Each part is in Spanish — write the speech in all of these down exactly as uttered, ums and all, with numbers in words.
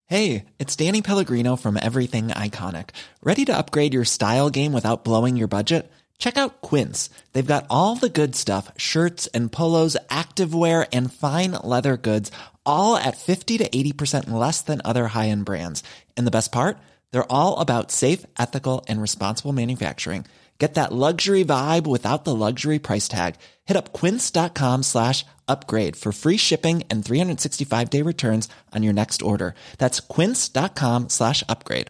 Hey, it's Danny Pellegrino from Everything Iconic. Ready to upgrade your style game without blowing your budget? Check out Quince. They've got all the good stuff, shirts and polos, activewear, and fine leather goods, all at fifty to eighty percent less than other high-end brands. And the best part? They're all about safe, ethical, and responsible manufacturing. Get that luxury vibe without the luxury price tag. Hit up quince.com slash upgrade for free shipping and three sixty-five day returns on your next order. That's quince.com slash upgrade.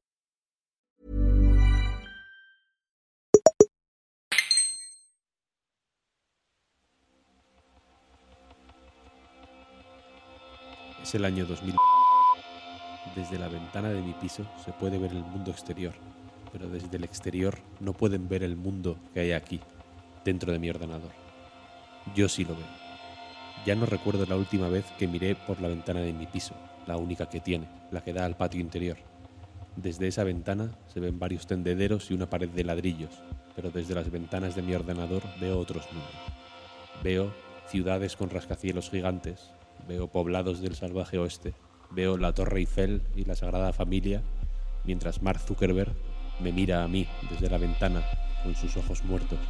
Es el año dos mil. Desde la ventana de mi piso se puede ver el mundo exterior, pero desde el exterior no pueden ver el mundo que hay aquí, dentro de mi ordenador. Yo sí lo veo. Ya no recuerdo la última vez que miré por la ventana de mi piso, la única que tiene, la que da al patio interior. Desde esa ventana se ven varios tendederos y una pared de ladrillos, pero desde las ventanas de mi ordenador veo otros mundos. Veo ciudades con rascacielos gigantes, veo poblados del salvaje oeste, veo la Torre Eiffel y la Sagrada Familia, mientras Mark Zuckerberg me mira a mí desde la ventana con sus ojos muertos.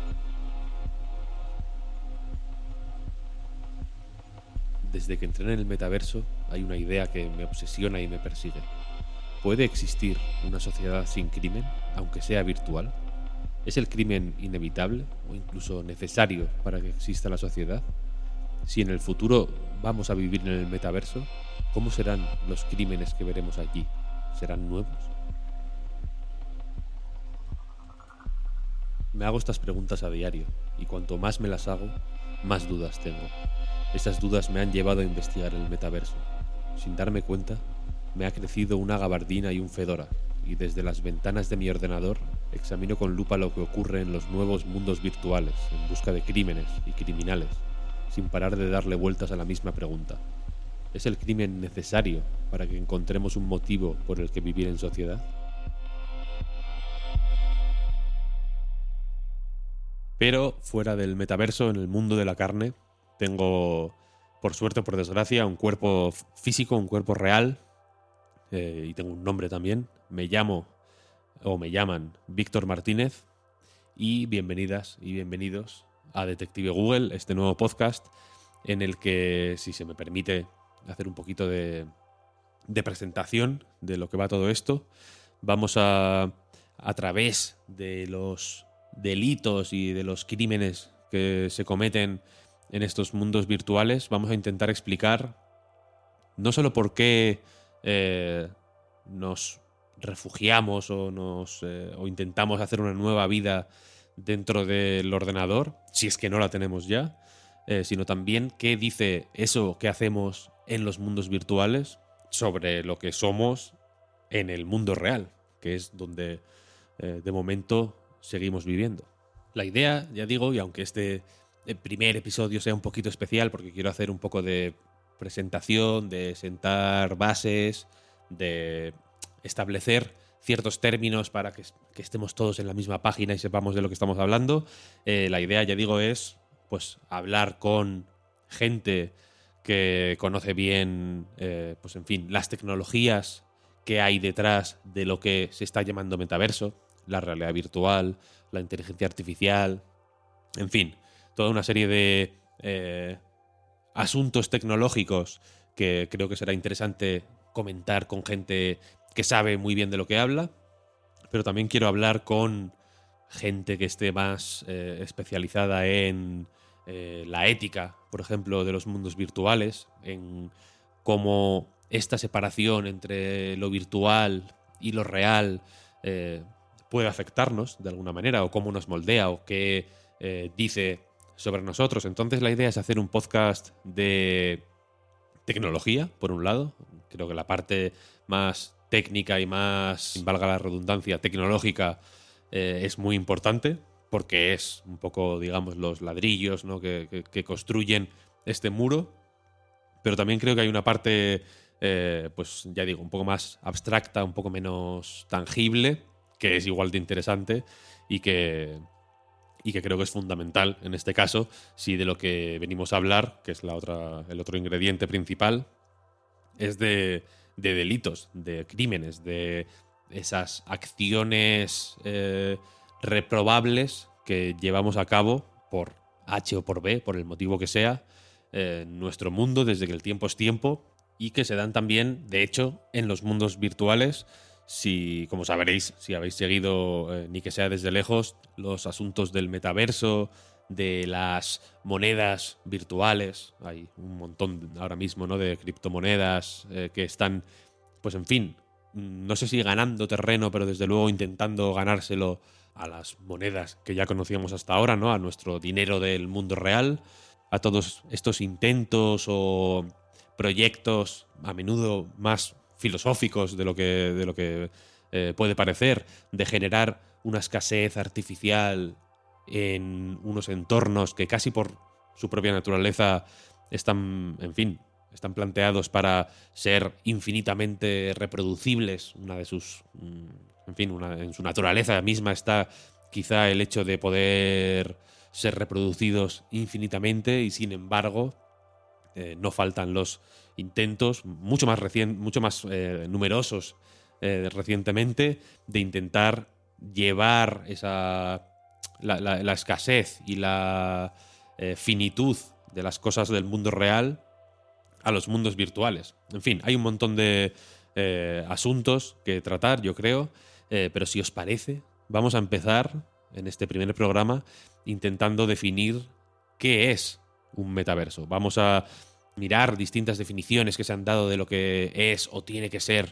Desde que entré en el metaverso hay una idea que me obsesiona y me persigue. ¿Puede existir una sociedad sin crimen, aunque sea virtual? ¿Es el crimen inevitable o incluso necesario para que exista la sociedad? Si en el futuro vamos a vivir en el metaverso, ¿cómo serán los crímenes que veremos allí? ¿Serán nuevos? Me hago estas preguntas a diario, y cuanto más me las hago, más dudas tengo. Esas dudas me han llevado a investigar el metaverso. Sin darme cuenta, me ha crecido una gabardina y un fedora, y desde las ventanas de mi ordenador examino con lupa lo que ocurre en los nuevos mundos virtuales, en busca de crímenes y criminales, sin parar de darle vueltas a la misma pregunta. ¿Es el crimen necesario para que encontremos un motivo por el que vivir en sociedad? Pero fuera del metaverso, en el mundo de la carne, tengo, por suerte o por desgracia, un cuerpo físico, un cuerpo real, eh, y tengo un nombre también. Me llamo, o me llaman, Víctor Martínez, y bienvenidas y bienvenidos a Detective Google, este nuevo podcast en el que, si se me permite hacer un poquito de, de presentación de lo que va todo esto, vamos a, a través de los delitos y de los crímenes que se cometen en estos mundos virtuales, vamos a intentar explicar no solo por qué eh, nos refugiamos o, nos, eh, o intentamos hacer una nueva vida dentro del ordenador, si es que no la tenemos ya, eh, sino también qué dice eso que hacemos en los mundos virtuales sobre lo que somos en el mundo real, que es donde eh, de momento seguimos viviendo. La idea, ya digo, y aunque este primer episodio sea un poquito especial porque quiero hacer un poco de presentación, de sentar bases, de establecer ciertos términos para que, que estemos todos en la misma página y sepamos de lo que estamos hablando. Eh, la idea, ya digo, es pues hablar con gente que conoce bien, eh, pues en fin, las tecnologías que hay detrás de lo que se está llamando metaverso, la realidad virtual, la inteligencia artificial, en fin, toda una serie de eh, asuntos tecnológicos que creo que será interesante comentar con gente que sabe muy bien de lo que habla, pero también quiero hablar con gente que esté más eh, especializada en eh, la ética, por ejemplo, de los mundos virtuales, en cómo esta separación entre lo virtual y lo real eh, puede afectarnos de alguna manera, o cómo nos moldea, o qué eh, dice sobre nosotros. Entonces la idea es hacer un podcast de tecnología, por un lado. Creo que la parte más técnica y más, valga la redundancia, tecnológica eh, es muy importante, porque es un poco, digamos, los ladrillos, ¿no?, que, que, que construyen este muro. Pero también creo que hay una parte, eh, pues ya digo, un poco más abstracta, un poco menos tangible, que es igual de interesante y que, y que creo que es fundamental en este caso, si de lo que venimos a hablar, que es la otra, el otro ingrediente principal, es de, de delitos, de crímenes, de esas acciones eh, reprobables que llevamos a cabo por H o por B, por el motivo que sea, eh, en nuestro mundo desde que el tiempo es tiempo, y que se dan también, de hecho, en los mundos virtuales. Si, como sabréis, si habéis seguido, eh, ni que sea desde lejos, los asuntos del metaverso, de las monedas virtuales, hay un montón ahora mismo, ¿no?, de criptomonedas eh, que están, pues en fin, no sé si ganando terreno, pero desde luego intentando ganárselo a las monedas que ya conocíamos hasta ahora, ¿no?, a nuestro dinero del mundo real, a todos estos intentos o proyectos a menudo más filosóficos de lo que, de lo que eh, puede parecer, de generar una escasez artificial en unos entornos que casi por su propia naturaleza están, en fin, están planteados para ser infinitamente reproducibles. Una de sus, en fin, una, en su naturaleza misma está quizá el hecho de poder ser reproducidos infinitamente, y sin embargo eh, no faltan los intentos mucho más recien, mucho más eh, numerosos eh, recientemente, de intentar llevar esa la, la, la escasez y la eh, finitud de las cosas del mundo real a los mundos virtuales. En fin, hay un montón de eh, asuntos que tratar, yo creo, eh, pero si os parece, vamos a empezar en este primer programa intentando definir qué es un metaverso. Vamos a mirar distintas definiciones que se han dado de lo que es o tiene que ser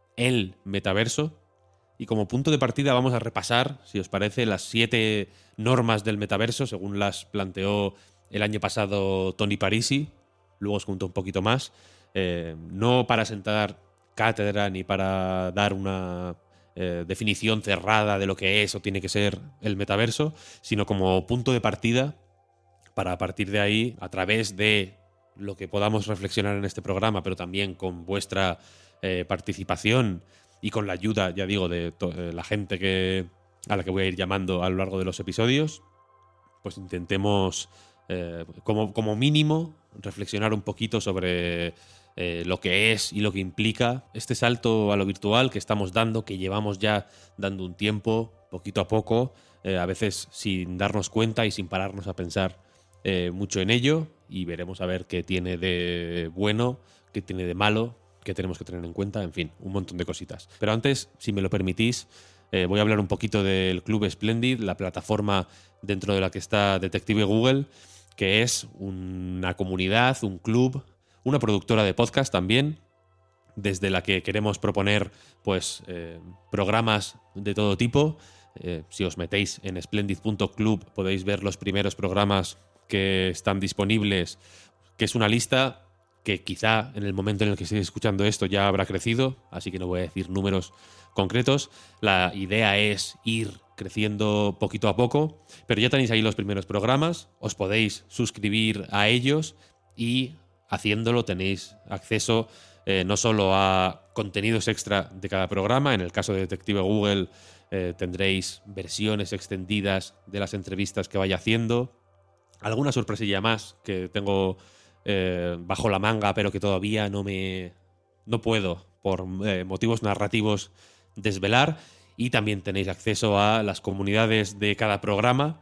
el metaverso, y como punto de partida vamos a repasar, si os parece, las siete normas del metaverso según las planteó el año pasado Tony Parisi. Luego os cuento un poquito más, eh, no para sentar cátedra ni para dar una eh, definición cerrada de lo que es o tiene que ser el metaverso, sino como punto de partida para, a partir de ahí, a través de lo que podamos reflexionar en este programa, pero también con vuestra eh, participación y con la ayuda, ya digo, de to- eh, la gente que, a la que voy a ir llamando a lo largo de los episodios, pues intentemos, eh, como, como mínimo, reflexionar un poquito sobre eh, lo que es y lo que implica este salto a lo virtual que estamos dando, que llevamos ya dando un tiempo, poquito a poco, eh, a veces sin darnos cuenta y sin pararnos a pensar eh, mucho en ello, y veremos a ver qué tiene de bueno, qué tiene de malo, qué tenemos que tener en cuenta, en fin, un montón de cositas. Pero antes, si me lo permitís, eh, voy a hablar un poquito del Club Splendid, la plataforma dentro de la que está Detective Google, que es una comunidad, un club, una productora de podcast también, desde la que queremos proponer pues eh, programas de todo tipo. Eh, si os metéis en splendid punto club podéis ver los primeros programas que están disponibles, que es una lista que quizá en el momento en el que estéis escuchando esto ya habrá crecido, así que no voy a decir números concretos. La idea es ir creciendo poquito a poco, pero ya tenéis ahí los primeros programas, os podéis suscribir a ellos y haciéndolo tenéis acceso eh, no solo a contenidos extra de cada programa, en el caso de Detective Google eh, tendréis versiones extendidas de las entrevistas que vaya haciendo, alguna sorpresilla más que tengo eh, bajo la manga, pero que todavía no me no puedo por eh, motivos narrativos desvelar. Y también tenéis acceso a las comunidades de cada programa,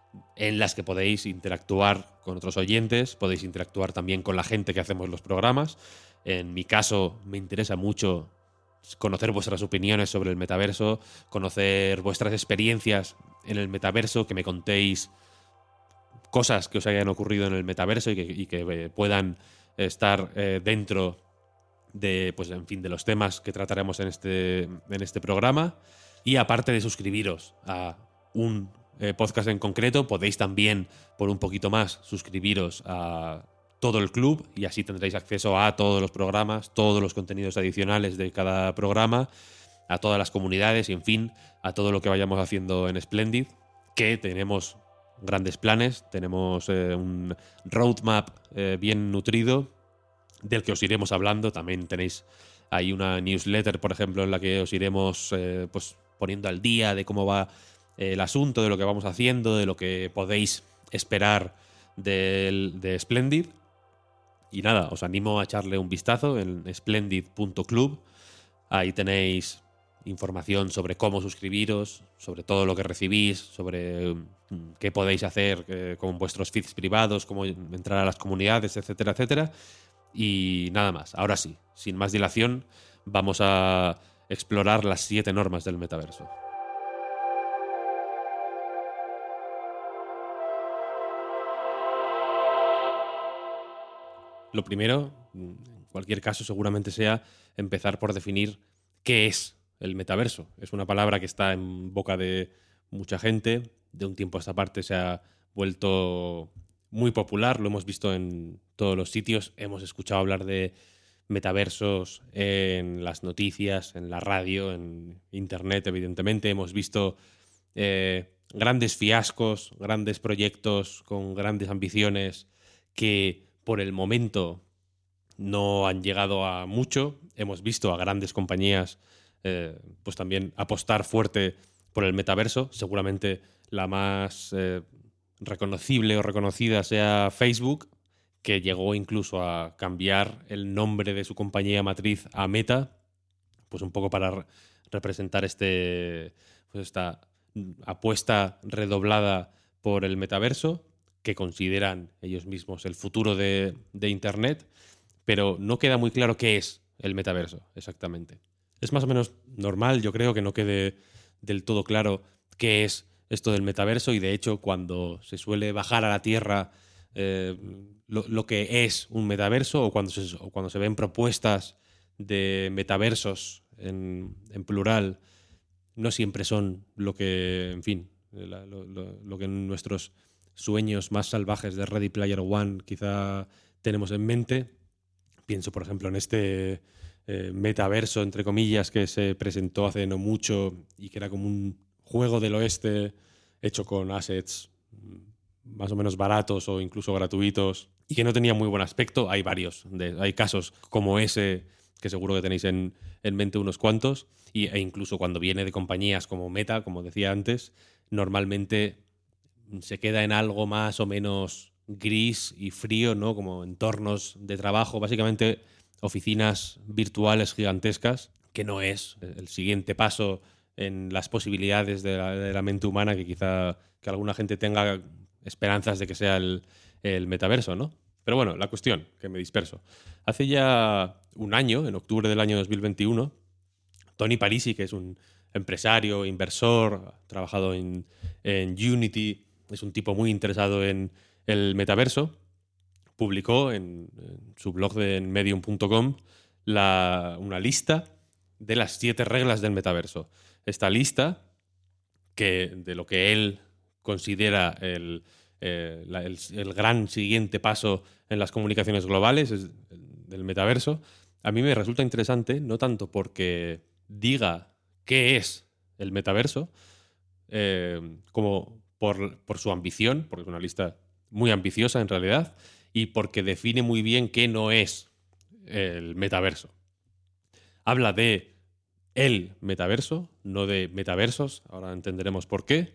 en las que podéis interactuar con otros oyentes, podéis interactuar también con la gente que hacemos los programas. En mi caso me interesa mucho conocer vuestras opiniones sobre el metaverso, conocer vuestras experiencias en el metaverso, que me contéis cosas que os hayan ocurrido en el metaverso y que, y que eh, puedan estar eh, dentro de, pues, en fin, de los temas que trataremos en este, en este programa. Y aparte de suscribiros a un eh, podcast en concreto, podéis también, por un poquito más, suscribiros a todo el club, y así tendréis acceso a todos los programas, todos los contenidos adicionales de cada programa, a todas las comunidades y, en fin, a todo lo que vayamos haciendo en Splendid, que tenemos grandes planes, tenemos eh, un roadmap eh, bien nutrido del que os iremos hablando. También tenéis ahí una newsletter, por ejemplo, en la que os iremos eh, pues poniendo al día de cómo va eh, el asunto, de lo que vamos haciendo, de lo que podéis esperar del, de Splendid. Y nada, os animo a echarle un vistazo en splendid punto club. Ahí tenéis información sobre cómo suscribiros, sobre todo lo que recibís, sobre mm, qué podéis hacer eh, con vuestros feeds privados, cómo entrar a las comunidades, etcétera, etcétera. Y nada más. Ahora sí, sin más dilación, vamos a explorar las siete normas del metaverso. Lo primero, en cualquier caso, seguramente sea empezar por definir qué es el metaverso. Es una palabra que está en boca de mucha gente. De un tiempo a esta parte se ha vuelto muy popular. Lo hemos visto en todos los sitios. Hemos escuchado hablar de metaversos en las noticias, en la radio, en internet, evidentemente. Hemos visto eh, grandes fiascos, grandes proyectos con grandes ambiciones que por el momento no han llegado a mucho. Hemos visto a grandes compañías eh, pues también apostar fuerte por el metaverso. Seguramente la más eh, reconocible o reconocida sea Facebook, que llegó incluso a cambiar el nombre de su compañía matriz a Meta, pues un poco para re- representar este, pues esta apuesta redoblada por el metaverso, que consideran ellos mismos el futuro de, de Internet, pero no queda muy claro qué es el metaverso exactamente. Es más o menos normal, yo creo, que no quede del todo claro qué es esto del metaverso, y de hecho cuando se suele bajar a la tierra eh, lo, lo que es un metaverso, o cuando se, o cuando se ven propuestas de metaversos en, en plural, no siempre son lo que, en fin, la- lo, lo- lo que en nuestros sueños más salvajes de Ready Player One quizá tenemos en mente. Pienso, por ejemplo, en este eh, metaverso, entre comillas, que se presentó hace no mucho y que era como un juego del oeste hecho con assets mm, más o menos baratos o incluso gratuitos y que no tenía muy buen aspecto. Hay varios, de, hay casos como ese que seguro que tenéis en, en mente unos cuantos, y, e incluso cuando viene de compañías como Meta, como decía antes, normalmente se queda en algo más o menos gris y frío, ¿no? Como entornos de trabajo, básicamente oficinas virtuales gigantescas, que no es el siguiente paso en las posibilidades de la, de la mente humana que quizá que alguna gente tenga esperanzas de que sea el, el metaverso, ¿no? Pero bueno, la cuestión, que me disperso. Hace ya un año, en octubre del año dos mil veintiuno, Tony Parisi, que es un empresario, inversor, ha trabajado en, en Unity, es un tipo muy interesado en el metaverso, publicó en, en su blog de en medium punto com la, una lista de las siete reglas del metaverso. Esta lista, que de lo que él considera el, eh, la- el, el gran siguiente paso en las comunicaciones globales es el del metaverso, a mí me resulta interesante, no tanto porque diga qué es el metaverso, eh, como por, por su ambición, porque es una lista muy ambiciosa en realidad, y porque define muy bien qué no es el metaverso. Habla de el metaverso, no de metaversos, ahora entenderemos por qué,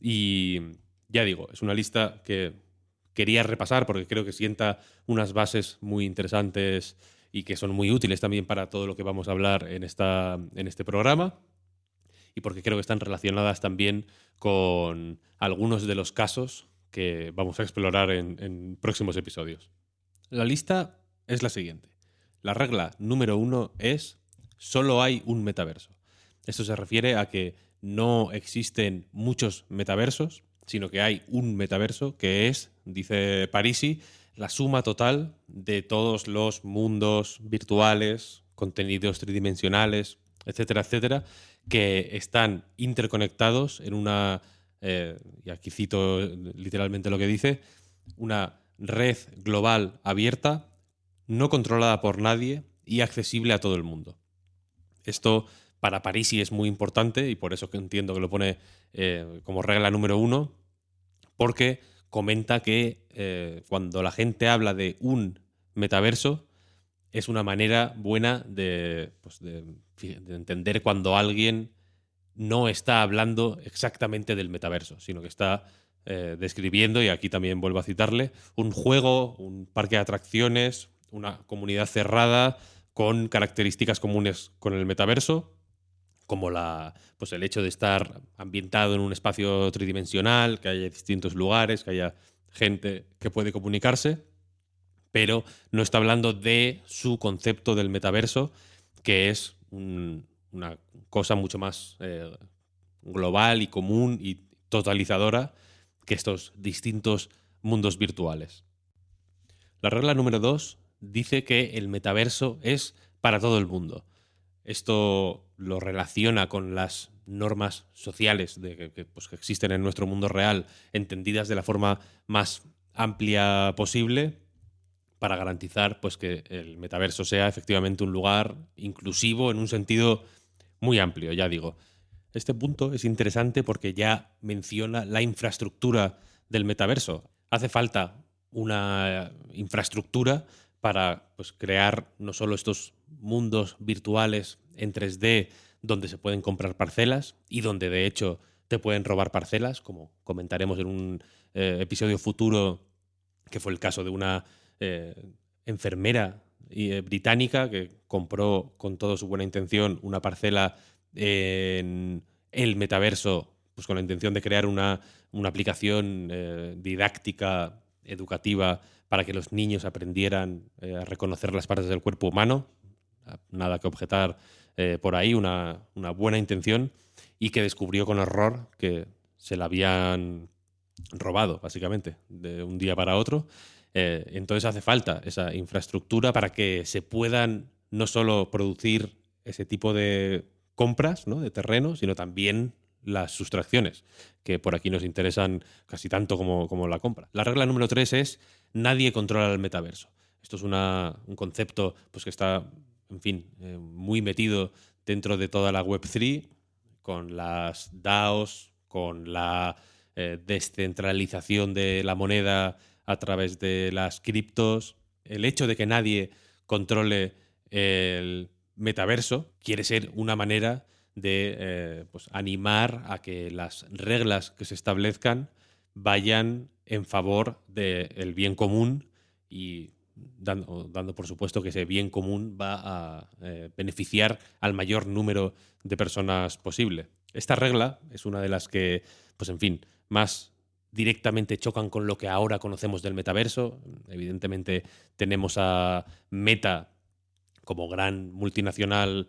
y ya digo, es una lista que quería repasar porque creo que sienta unas bases muy interesantes y que son muy útiles también para todo lo que vamos a hablar en, esta, en este programa, y porque creo que están relacionadas también con algunos de los casos que vamos a explorar en, en próximos episodios. La lista es la siguiente. La regla número uno es: solo hay un metaverso. Esto se refiere a que no existen muchos metaversos, sino que hay un metaverso que es, dice Parisi, la suma total de todos los mundos virtuales, contenidos tridimensionales, etcétera, etcétera, que están interconectados en una, eh, y aquí cito literalmente lo que dice, una red global abierta, no controlada por nadie y accesible a todo el mundo. Esto para Parisi es muy importante y por eso que entiendo que lo pone eh, como regla número uno, porque comenta que eh, cuando la gente habla de un metaverso es una manera buena de, pues de, de entender cuando alguien no está hablando exactamente del metaverso, sino que está eh, describiendo, y aquí también vuelvo a citarle, un juego, un parque de atracciones, una comunidad cerrada con características comunes con el metaverso, como la, pues el hecho de estar ambientado en un espacio tridimensional, que haya distintos lugares, que haya gente que puede comunicarse, pero no está hablando de su concepto del metaverso, que es un, una cosa mucho más eh, global y común y totalizadora que estos distintos mundos virtuales. La regla número dos dice que el metaverso es para todo el mundo. Esto lo relaciona con las normas sociales de que, que, pues, que existen en nuestro mundo real, entendidas de la forma más amplia posible, para garantizar pues, que el metaverso sea efectivamente un lugar inclusivo en un sentido muy amplio, ya digo. Este punto es interesante porque ya menciona la infraestructura del metaverso. Hace falta una infraestructura para pues, crear no solo estos mundos virtuales en tres D donde se pueden comprar parcelas y donde de hecho te pueden robar parcelas, como comentaremos en un eh, episodio futuro, que fue el caso de una eh, enfermera eh, británica que compró con toda su buena intención una parcela en el metaverso, pues con la intención de crear una, una aplicación eh, didáctica, educativa, para que los niños aprendieran eh, a reconocer las partes del cuerpo humano. Nada que objetar eh, por ahí, una, una buena intención, y que descubrió con horror que se la habían robado, básicamente, de un día para otro. Eh, entonces hace falta esa infraestructura para que se puedan no solo producir ese tipo de compras, ¿no?, de terreno, sino también las sustracciones, que por aquí nos interesan casi tanto como, como la compra. La regla número tres es: nadie controla el metaverso. Esto es una, un concepto pues, que está, en fin, eh, muy metido dentro de toda la web tres, con las DAOs, con la eh, descentralización de la moneda a través de las criptos. El hecho de que nadie controle el metaverso quiere ser una manera de eh, pues, animar a que las reglas que se establezcan vayan en favor del bien común y dando, dando por supuesto que ese bien común va a eh, beneficiar al mayor número de personas posible. Esta regla es una de las que, pues en fin, más directamente chocan con lo que ahora conocemos del metaverso. Evidentemente tenemos a Meta como gran multinacional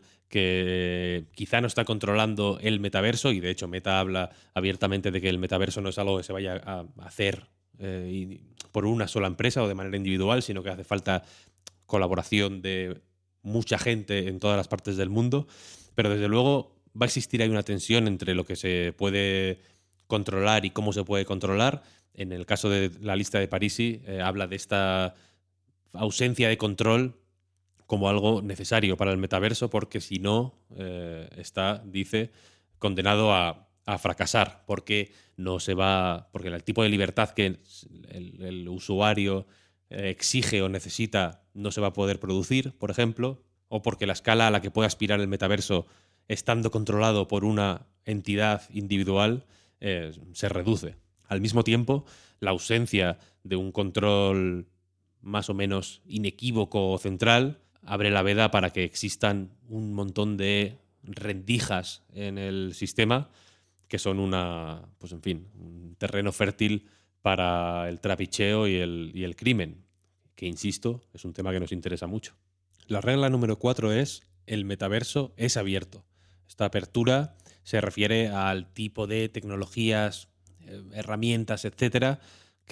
que quizá no está controlando el metaverso, y de hecho Meta habla abiertamente de que el metaverso no es algo que se vaya a hacer eh, por una sola empresa o de manera individual, sino que hace falta colaboración de mucha gente en todas las partes del mundo. Pero desde luego va a existir ahí una tensión entre lo que se puede controlar y cómo se puede controlar. En el caso de la lista de Parisi, eh, habla de esta ausencia de control como algo necesario para el metaverso, porque si no, eh, está, dice, condenado a, a fracasar, porque no se va, porque el tipo de libertad que el, el usuario eh, exige o necesita no se va a poder producir, por ejemplo, o porque la escala a la que puede aspirar el metaverso, estando controlado por una entidad individual, eh, se reduce. Al mismo tiempo, la ausencia de un control más o menos inequívoco o central abre la veda para que existan un montón de rendijas en el sistema que son una, pues en fin, un terreno fértil para el trapicheo y el, y el crimen, que insisto, es un tema que nos interesa mucho. La regla número cuatro es: el metaverso es abierto. Esta apertura se refiere al tipo de tecnologías, eh, herramientas, etcétera,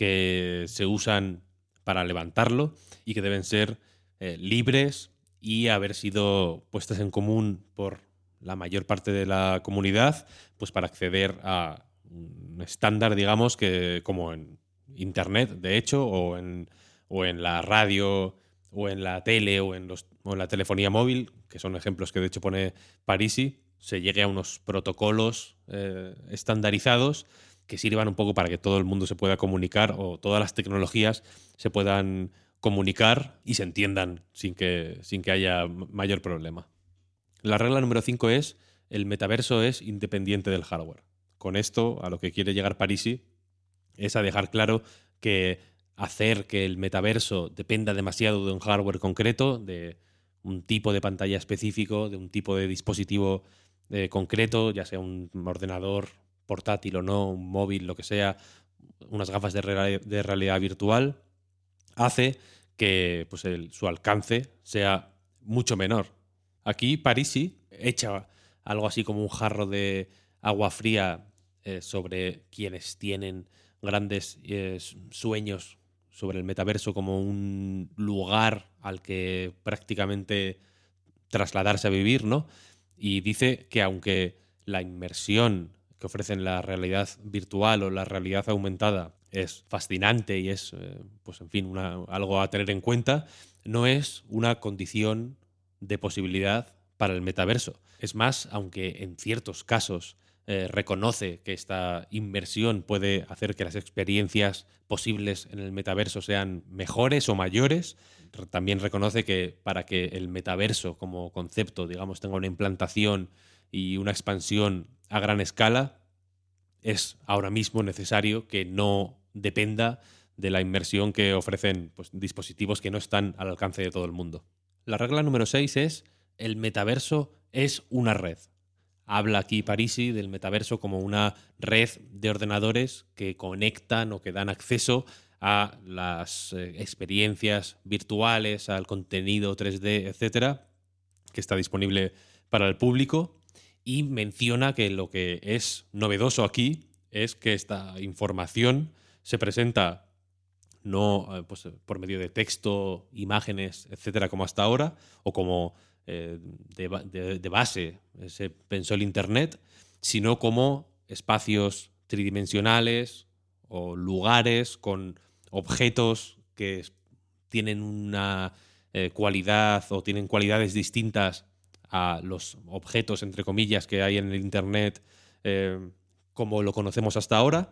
que se usan para levantarlo y que deben ser eh, libres y haber sido puestas en común por la mayor parte de la comunidad, pues para acceder a un estándar, digamos, que como en Internet, de hecho, o en, o en la radio, o en la tele, o en, los, o en la telefonía móvil, que son ejemplos que de hecho pone Parisi, se llegue a unos protocolos eh, estandarizados que sirvan un poco para que todo el mundo se pueda comunicar, o todas las tecnologías se puedan comunicar y se entiendan sin que, sin que haya mayor problema. La regla número cinco es: el metaverso es independiente del hardware. Con esto, a lo que quiere llegar Parisi es a dejar claro que hacer que el metaverso dependa demasiado de un hardware concreto, de un tipo de pantalla específico, de un tipo de dispositivo eh, concreto, ya sea un ordenador portátil o no, un móvil, lo que sea, unas gafas de, real, de realidad virtual, hace que pues, el, su alcance sea mucho menor. Aquí Parisi echa algo así como un jarro de agua fría eh, sobre quienes tienen grandes eh, sueños sobre el metaverso como un lugar al que prácticamente trasladarse a vivir, ¿no? Y dice que aunque la inmersión que ofrecen la realidad virtual o la realidad aumentada es fascinante y es, eh, pues en fin, una, algo a tener en cuenta, no es una condición de posibilidad para el metaverso. Es más, aunque en ciertos casos eh, reconoce que esta inmersión puede hacer que las experiencias posibles en el metaverso sean mejores o mayores, también reconoce que para que el metaverso como concepto, digamos, tenga una implantación y una expansión a gran escala, es ahora mismo necesario que no dependa de la inmersión que ofrecen pues, dispositivos que no están al alcance de todo el mundo. La regla número seis es: el metaverso es una red. Habla aquí Parisi del metaverso como una red de ordenadores que conectan o que dan acceso a las eh, experiencias virtuales, al contenido tres D, etcétera, que está disponible para el público, y menciona que lo que es novedoso aquí es que esta información se presenta no eh, pues, por medio de texto, imágenes, etcétera, como hasta ahora, o como eh, de, de, de base se pensó el Internet, sino como espacios tridimensionales o lugares con objetos que tienen una eh, cualidad o tienen cualidades distintas a los objetos, entre comillas, que hay en el Internet eh, como lo conocemos hasta ahora.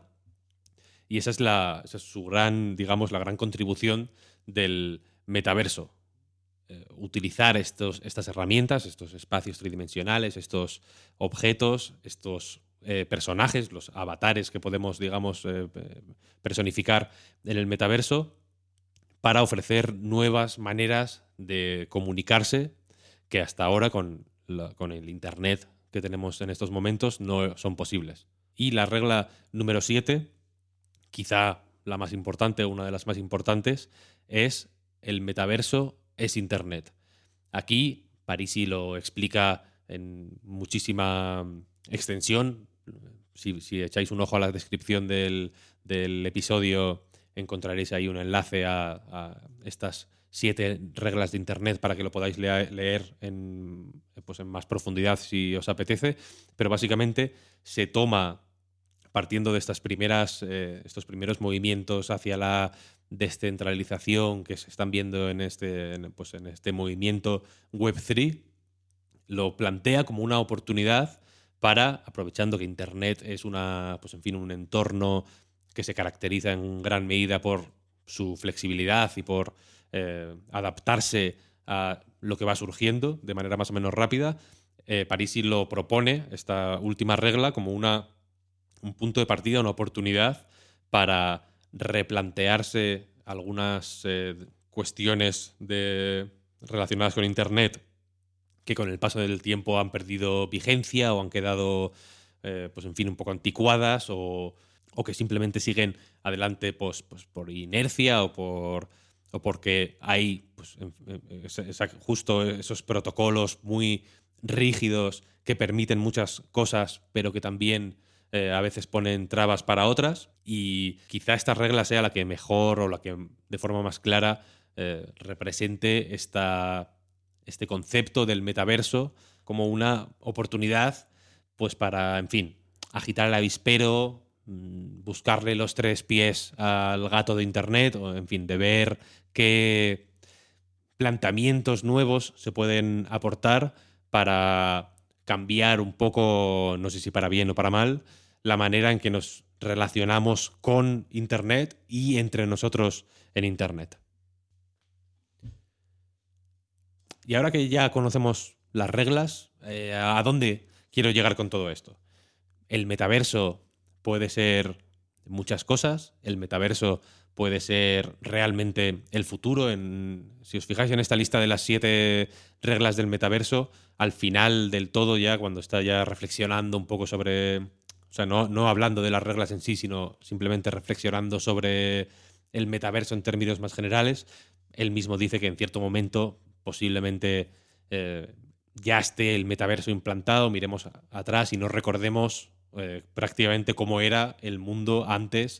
Y esa es, la, esa es su gran, digamos, la gran contribución del metaverso. Eh, utilizar estos, estas herramientas, estos espacios tridimensionales, estos objetos, estos eh, personajes, los avatares que podemos, digamos, eh, personificar en el metaverso para ofrecer nuevas maneras de comunicarse que hasta ahora con, la, con el Internet que tenemos en estos momentos no son posibles. Y la regla número siete, quizá la más importante, una de las más importantes, es: el metaverso es Internet. Aquí Parisi lo explica en muchísima extensión. Si, si echáis un ojo a la descripción del, del episodio, encontraréis ahí un enlace a, a estas siete reglas de Internet para que lo podáis lea, leer en, pues en más profundidad si os apetece. Pero básicamente se toma, partiendo de estas primeras, eh, estos primeros movimientos hacia la descentralización que se están viendo en este, en, pues en este movimiento web tres, lo plantea como una oportunidad para, aprovechando que Internet es una, pues en fin, un entorno que se caracteriza en gran medida por su flexibilidad y por eh, adaptarse a lo que va surgiendo de manera más o menos rápida, eh, Parisi lo propone, esta última regla, como una un punto de partida, una oportunidad para replantearse algunas eh, cuestiones de, relacionadas con Internet que con el paso del tiempo han perdido vigencia o han quedado, eh, pues en fin, un poco anticuadas o, o que simplemente siguen adelante pues, pues por inercia o por o porque hay pues, esa, justo esos protocolos muy rígidos que permiten muchas cosas, pero que también Eh, a veces ponen trabas para otras, y quizá esta regla sea la que mejor o la que de forma más clara eh, represente esta, este concepto del metaverso como una oportunidad pues para, en fin, agitar el avispero, buscarle los tres pies al gato de Internet, o en fin, de ver qué planteamientos nuevos se pueden aportar para cambiar un poco, no sé si para bien o para mal, la manera en que nos relacionamos con Internet y entre nosotros en Internet. Y ahora que ya conocemos las reglas, eh, ¿a dónde quiero llegar con todo esto? El metaverso puede ser muchas cosas. El metaverso puede ser realmente el futuro. En, si os fijáis en esta lista de las siete reglas del metaverso, al final del todo ya, cuando está ya reflexionando un poco sobre... O sea, no, no hablando de las reglas en sí, sino simplemente reflexionando sobre el metaverso en términos más generales, él mismo dice que en cierto momento posiblemente eh, ya esté el metaverso implantado, miremos a, atrás y no recordemos eh, prácticamente cómo era el mundo antes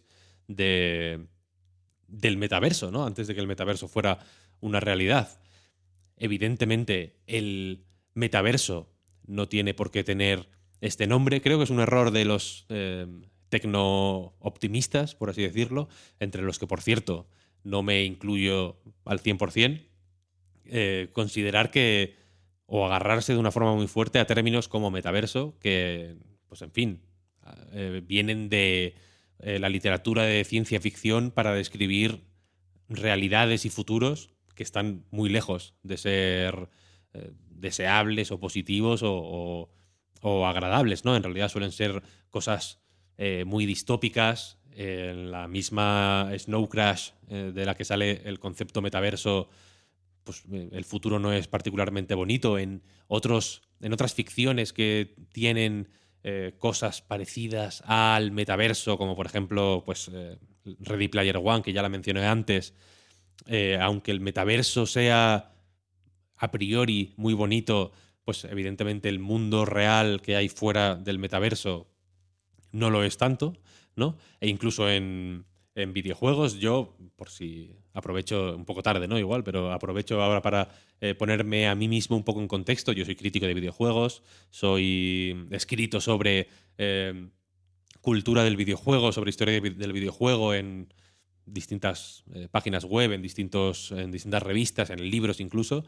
de, del metaverso, ¿no? Antes de que el metaverso fuera una realidad. Evidentemente, el metaverso no tiene por qué tener este nombre. Creo que es un error de los eh, tecno-optimistas, por así decirlo, entre los que, por cierto, no me incluyo al cien por ciento, eh, considerar que, o agarrarse de una forma muy fuerte a términos como metaverso, que, pues en fin, eh, vienen de eh, la literatura de ciencia ficción para describir realidades y futuros que están muy lejos de ser eh, deseables o positivos o, o, o agradables, ¿no? En realidad suelen ser cosas eh, muy distópicas. Eh, en la misma Snow Crash, eh, de la que sale el concepto metaverso, pues eh, el futuro no es particularmente bonito. En, otros, en otras ficciones que tienen eh, cosas parecidas al metaverso, como por ejemplo pues, eh, Ready Player One, que ya la mencioné antes, eh, aunque el metaverso sea a priori muy bonito, pues evidentemente el mundo real que hay fuera del metaverso no lo es tanto, ¿no? E incluso en, en videojuegos, yo, por si aprovecho un poco tarde, ¿no? Igual, pero aprovecho ahora para eh, ponerme a mí mismo un poco en contexto. Yo soy crítico de videojuegos, soy escrito sobre eh, cultura del videojuego, sobre historia de, del videojuego en distintas eh, páginas web, en, distintos, en distintas revistas, en libros incluso.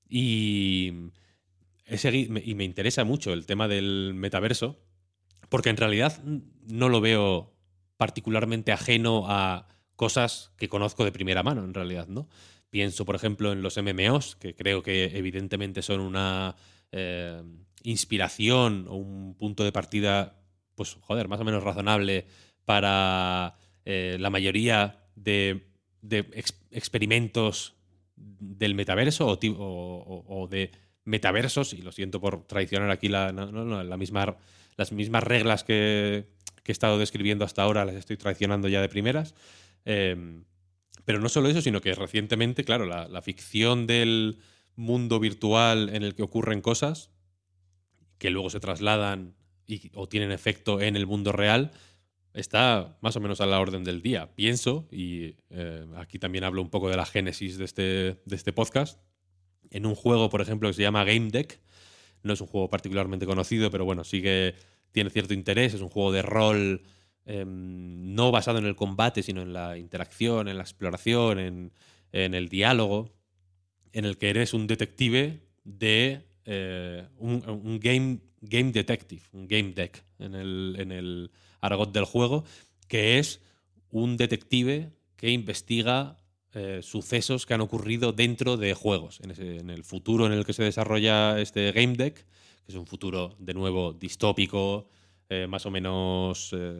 Y, he segui- y me interesa mucho el tema del metaverso, porque en realidad no lo veo particularmente ajeno a cosas que conozco de primera mano, en realidad, ¿no? Pienso, por ejemplo, en los M M Os, que creo que evidentemente son una eh, inspiración o un punto de partida, pues, joder, más o menos razonable para eh, la mayoría de, de ex- experimentos del metaverso o, ti- o- o- o de metaversos, y lo siento por traicionar aquí la, no, no, no, la misma, las mismas reglas que, que he estado describiendo hasta ahora, las estoy traicionando ya de primeras. Eh, pero no solo eso, sino que recientemente, claro, la, la ficción del mundo virtual en el que ocurren cosas que luego se trasladan y, o tienen efecto en el mundo real, está más o menos a la orden del día. Pienso, y eh, aquí también hablo un poco de la génesis de este, de este podcast, en un juego, por ejemplo, que se llama Game Deck. No es un juego particularmente conocido, pero bueno, sí que tiene cierto interés. Es un juego de rol eh, no basado en el combate, sino en la interacción, en la exploración, en, en el diálogo, en el que eres un detective de eh, un, un game, game detective, un game deck en el, en el argot del juego, que es un detective que investiga eh, sucesos que han ocurrido dentro de juegos, en, ese, en el futuro en el que se desarrolla este game deck, que es un futuro de nuevo distópico, eh, más o menos eh,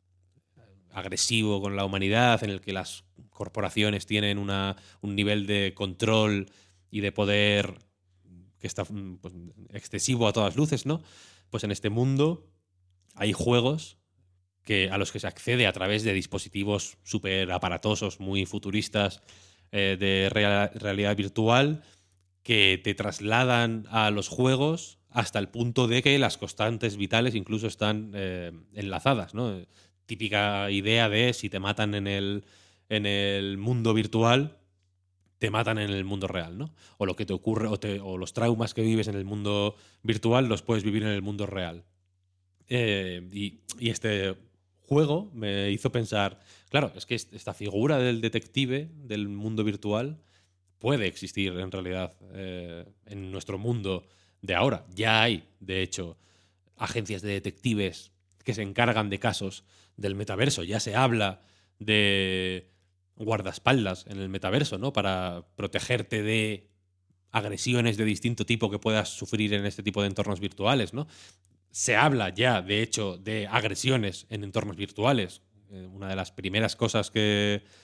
agresivo con la humanidad, en el que las corporaciones tienen una, un nivel de control y de poder que está pues, excesivo a todas luces, ¿no? Pues en este mundo hay juegos que, a los que se accede a través de dispositivos súper aparatosos, muy futuristas, eh, de real, realidad virtual, que te trasladan a los juegos hasta el punto de que las constantes vitales incluso están eh, enlazadas, ¿no? Típica idea de si te matan en el, en el mundo virtual, te matan en el mundo real, ¿no? O lo que te ocurre, o, te, o los traumas que vives en el mundo virtual los puedes vivir en el mundo real. Eh, y, y este juego me hizo pensar, claro, es que esta figura del detective del mundo virtual puede existir en realidad eh, en nuestro mundo de ahora. Ya hay, de hecho, agencias de detectives que se encargan de casos del metaverso. Ya se habla de guardaespaldas en el metaverso, ¿no? Para protegerte de agresiones de distinto tipo que puedas sufrir en este tipo de entornos virtuales, ¿no? Se habla ya, de hecho, de agresiones en entornos virtuales. Eh, una de las primeras cosas que,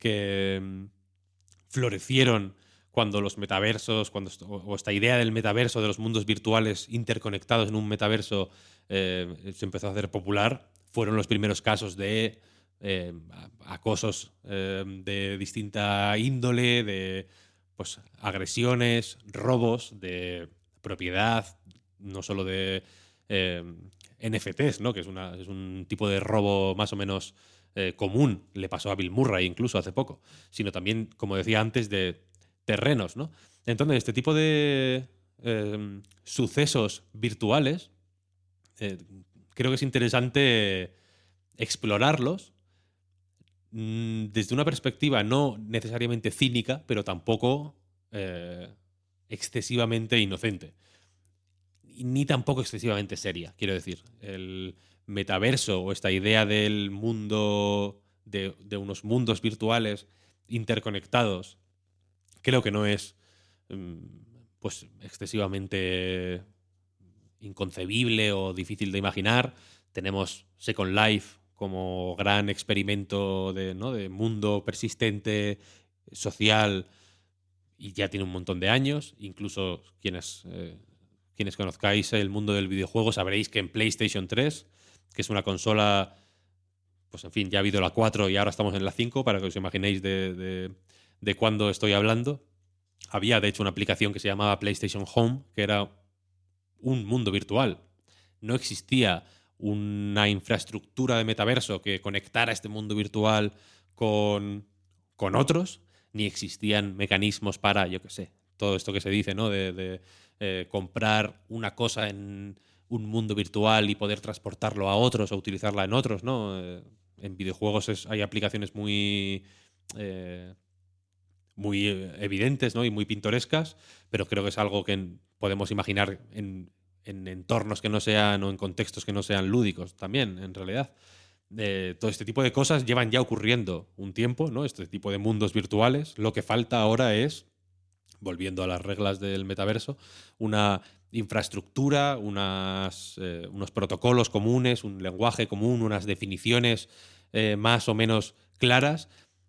que mm, florecieron cuando los metaversos, cuando esto, o esta idea del metaverso, de los mundos virtuales interconectados en un metaverso, eh, se empezó a hacer popular, fueron los primeros casos de eh, acosos eh, de distinta índole, de pues, agresiones, robos de propiedad, no solo de eh, N F Ts, ¿no? Que es, una, es un tipo de robo más o menos eh, común, le pasó a Bill Murray incluso hace poco, sino también, como decía antes, de terrenos, ¿no? Entonces, este tipo de eh, sucesos virtuales eh, creo que es interesante explorarlos mmm, desde una perspectiva no necesariamente cínica, pero tampoco eh, excesivamente inocente. Ni tampoco excesivamente seria, quiero decir. El metaverso o esta idea del mundo, de, de unos mundos virtuales interconectados, creo que no es pues excesivamente inconcebible o difícil de imaginar. Tenemos Second Life como gran experimento de, ¿no? de mundo persistente, social, y ya tiene un montón de años. Incluso quienes, eh, quienes conozcáis el mundo del videojuego sabréis que en PlayStation tres, que es una consola, pues en fin, ya ha habido la cuatro y ahora estamos en la cinco, para que os imaginéis de, de, de cuándo estoy hablando. Había, de hecho, una aplicación que se llamaba PlayStation Home, que era un mundo virtual. No existía una infraestructura de metaverso que conectara este mundo virtual con, con otros, ni existían mecanismos para, yo qué sé, todo esto que se dice, ¿no? De, de eh, comprar una cosa en un mundo virtual y poder transportarlo a otros o utilizarla en otros, ¿no? Eh, en videojuegos es, hay aplicaciones muy... Eh, muy evidentes, ¿no? Y muy pintorescas, pero creo que es algo que podemos imaginar en, en entornos que no sean o en contextos que no sean lúdicos también, en realidad. Eh, todo este tipo de cosas llevan ya ocurriendo un tiempo, ¿no? Este tipo de mundos virtuales. Lo que falta ahora es, volviendo a las reglas del metaverso, una infraestructura, unas, eh, unos protocolos comunes, un lenguaje común, unas definiciones eh, más o menos claras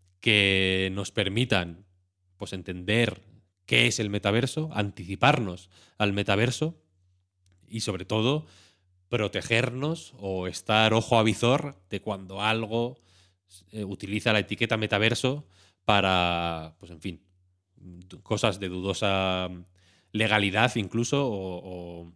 que nos permitan pues entender qué es el metaverso, anticiparnos al metaverso y, sobre todo, protegernos o estar ojo a visor de cuando algo eh, utiliza la etiqueta metaverso para, pues en fin, cosas de dudosa legalidad incluso o, o,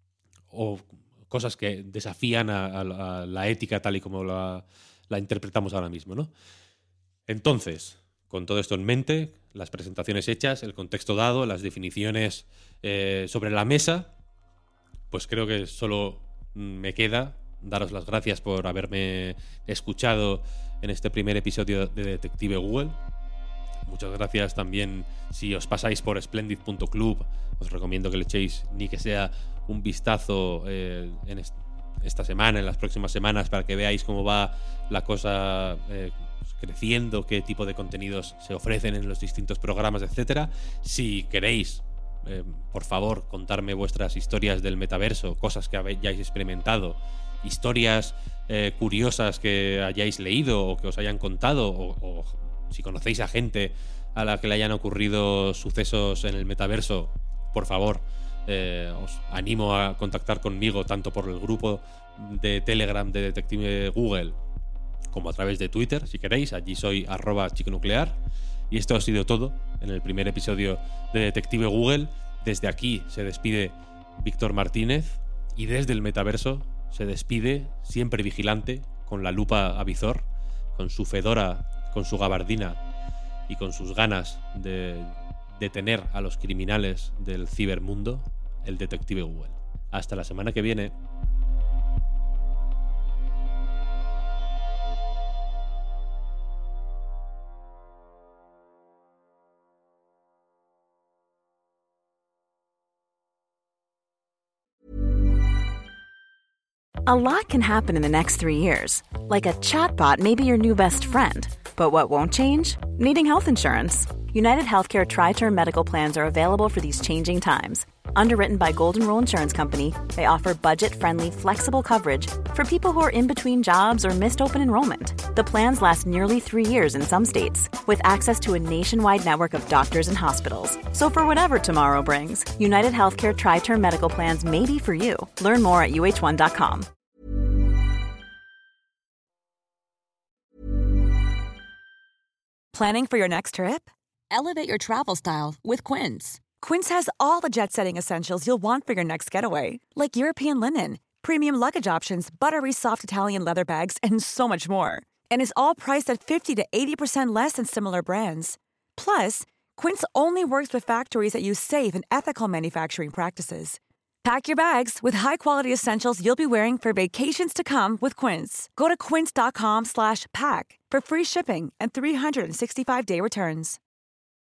o cosas que desafían a, a, a la ética tal y como la, la interpretamos ahora mismo, ¿no? Entonces, con todo esto en mente, las presentaciones hechas, el contexto dado, las definiciones eh, sobre la mesa, pues creo que solo me queda daros las gracias por haberme escuchado en este primer episodio de Detective Google. Muchas gracias también si os pasáis por splendid punto club. Os recomiendo que le echéis ni que sea un vistazo eh, en est- esta semana, en las próximas semanas, para que veáis cómo va la cosa eh, creciendo, qué tipo de contenidos se ofrecen en los distintos programas, etcétera. Si queréis, eh, por favor, contarme vuestras historias del metaverso, cosas que hayáis experimentado, historias eh, curiosas que hayáis leído o que os hayan contado, o, o si conocéis a gente a la que le hayan ocurrido sucesos en el metaverso, por favor, eh, os animo a contactar conmigo tanto por el grupo de Telegram de Detective Google como a través de Twitter, si queréis. Allí soy arroba chiconuclear. Y esto ha sido todo en el primer episodio de Detective Google. Desde aquí se despide Víctor Martínez y desde el metaverso se despide, siempre vigilante, con la lupa a visor, con su fedora, con su gabardina y con sus ganas de detener a los criminales del cibermundo, el Detective Google. Hasta la semana que viene. A lot can happen in the next three years. Like a chatbot may be your new best friend. But what won't change? Needing health insurance. United Healthcare Tri-Term Medical Plans are available for these changing times. Underwritten by Golden Rule Insurance Company, they offer budget-friendly, flexible coverage for people who are in between jobs or missed open enrollment. The plans last nearly three years in some states, with access to a nationwide network of doctors and hospitals. So for whatever tomorrow brings, United Healthcare Tri-Term Medical Plans may be for you. Learn more at U H one dot com. Planning for your next trip? Elevate your travel style with Quince. Quince has all the jet-setting essentials you'll want for your next getaway, like European linen, premium luggage options, buttery soft Italian leather bags, and so much more. And is all priced at fifty to eighty percent less than similar brands. Plus, Quince only works with factories that use safe and ethical manufacturing practices. Pack your bags with high-quality essentials you'll be wearing for vacations to come with Quince. Go to quince dot com slash pack for free shipping and three sixty-five day returns.